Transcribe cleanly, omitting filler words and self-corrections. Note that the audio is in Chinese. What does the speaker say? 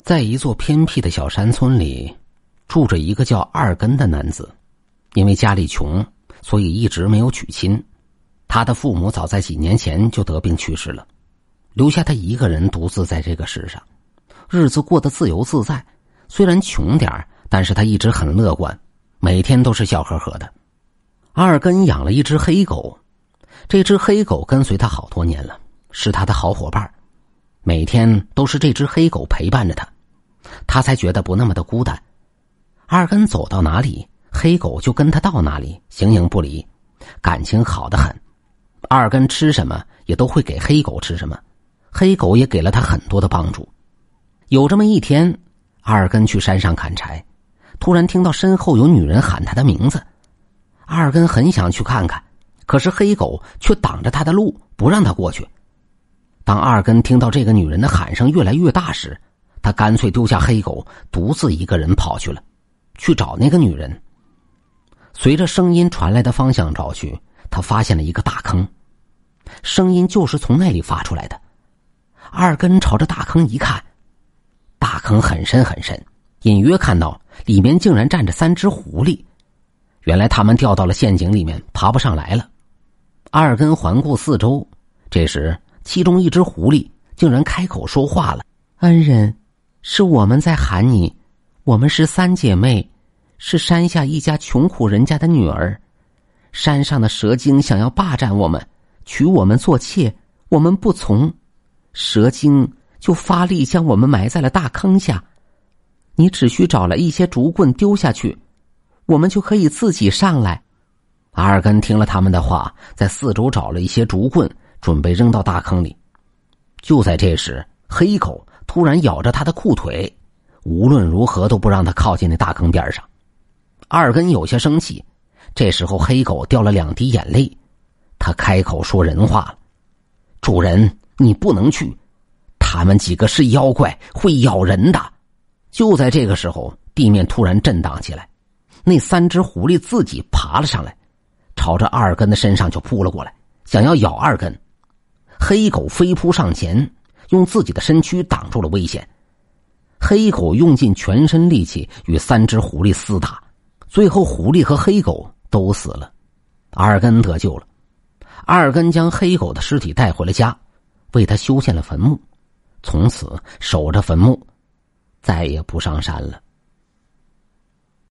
在一座偏僻的小山村里，住着一个叫二根的男子。因为家里穷，所以一直没有娶亲。他的父母早在几年前就得病去世了，留下他一个人独自在这个世上，日子过得自由自在。虽然穷点儿，但是他一直很乐观，每天都是笑呵呵的。二根养了一只黑狗，这只黑狗跟随他好多年了，是他的好伙伴，每天都是这只黑狗陪伴着他，他才觉得不那么的孤单。二根走到哪里，黑狗就跟他到哪里，形影不离，感情好得很。二根吃什么也都会给黑狗吃什么，黑狗也给了他很多的帮助。有这么一天，二根去山上砍柴，突然听到身后有女人喊他的名字。二根很想去看看，可是黑狗却挡着他的路，不让他过去。当二根听到这个女人的喊声越来越大时，他干脆丢下黑狗，独自一个人跑去了，去找那个女人。随着声音传来的方向找去，他发现了一个大坑，声音就是从那里发出来的。二根朝着大坑一看，大坑很深很深，隐约看到里面竟然站着3只狐狸。原来他们掉到了陷阱里面，爬不上来了。二根环顾四周，这时其中一只狐狸竟然开口说话了：恩人，是我们在喊你，我们是3姐妹，是山下一家穷苦人家的女儿。山上的蛇精想要霸占我们，娶我们做妾，我们不从，蛇精就发力将我们埋在了大坑下。你只需找了一些竹棍丢下去，我们就可以自己上来。二根听了他们的话，在四周找了一些竹棍，准备扔到大坑里。就在这时，黑狗突然咬着他的裤腿，无论如何都不让他靠近那大坑边上。二根有些生气，这时候黑狗掉了2滴眼泪，他开口说人话了：主人，你不能去，他们几个是妖怪，会咬人的。就在这个时候，地面突然震荡起来，那3只狐狸自己爬了上来，朝着二根的身上就扑了过来，想要咬二根。黑狗飞扑上前，用自己的身躯挡住了危险。黑狗用尽全身力气与3只狐狸厮打，最后狐狸和黑狗都死了，二根得救了。二根将黑狗的尸体带回了家，为他修建了坟墓，从此守着坟墓，再也不上山了。